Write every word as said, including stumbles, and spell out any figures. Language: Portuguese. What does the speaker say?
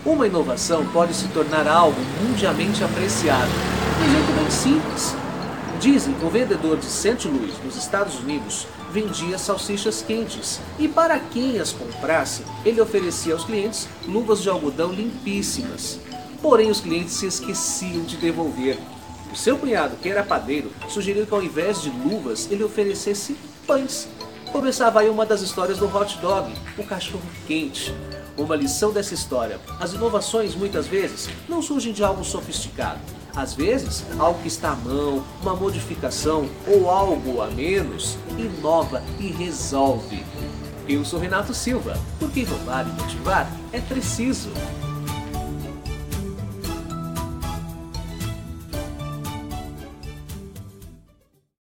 Uma inovação pode se tornar algo mundialmente apreciado de um jeito bem simples. Dizem que um vendedor de Saint Louis, nos Estados Unidos, vendia salsichas quentes e para quem as comprasse, ele oferecia aos clientes luvas de algodão limpíssimas. Porém, os clientes se esqueciam de devolver. O seu cunhado, que era padeiro, sugeriu que ao invés de luvas, ele oferecesse pães. Começava aí uma das histórias do hot dog, o cachorro quente. Uma lição dessa história: as inovações muitas vezes não surgem de algo sofisticado. Às vezes, algo que está à mão, uma modificação ou algo a menos, inova e resolve. Eu sou Renato Silva, porque inovar e motivar é preciso.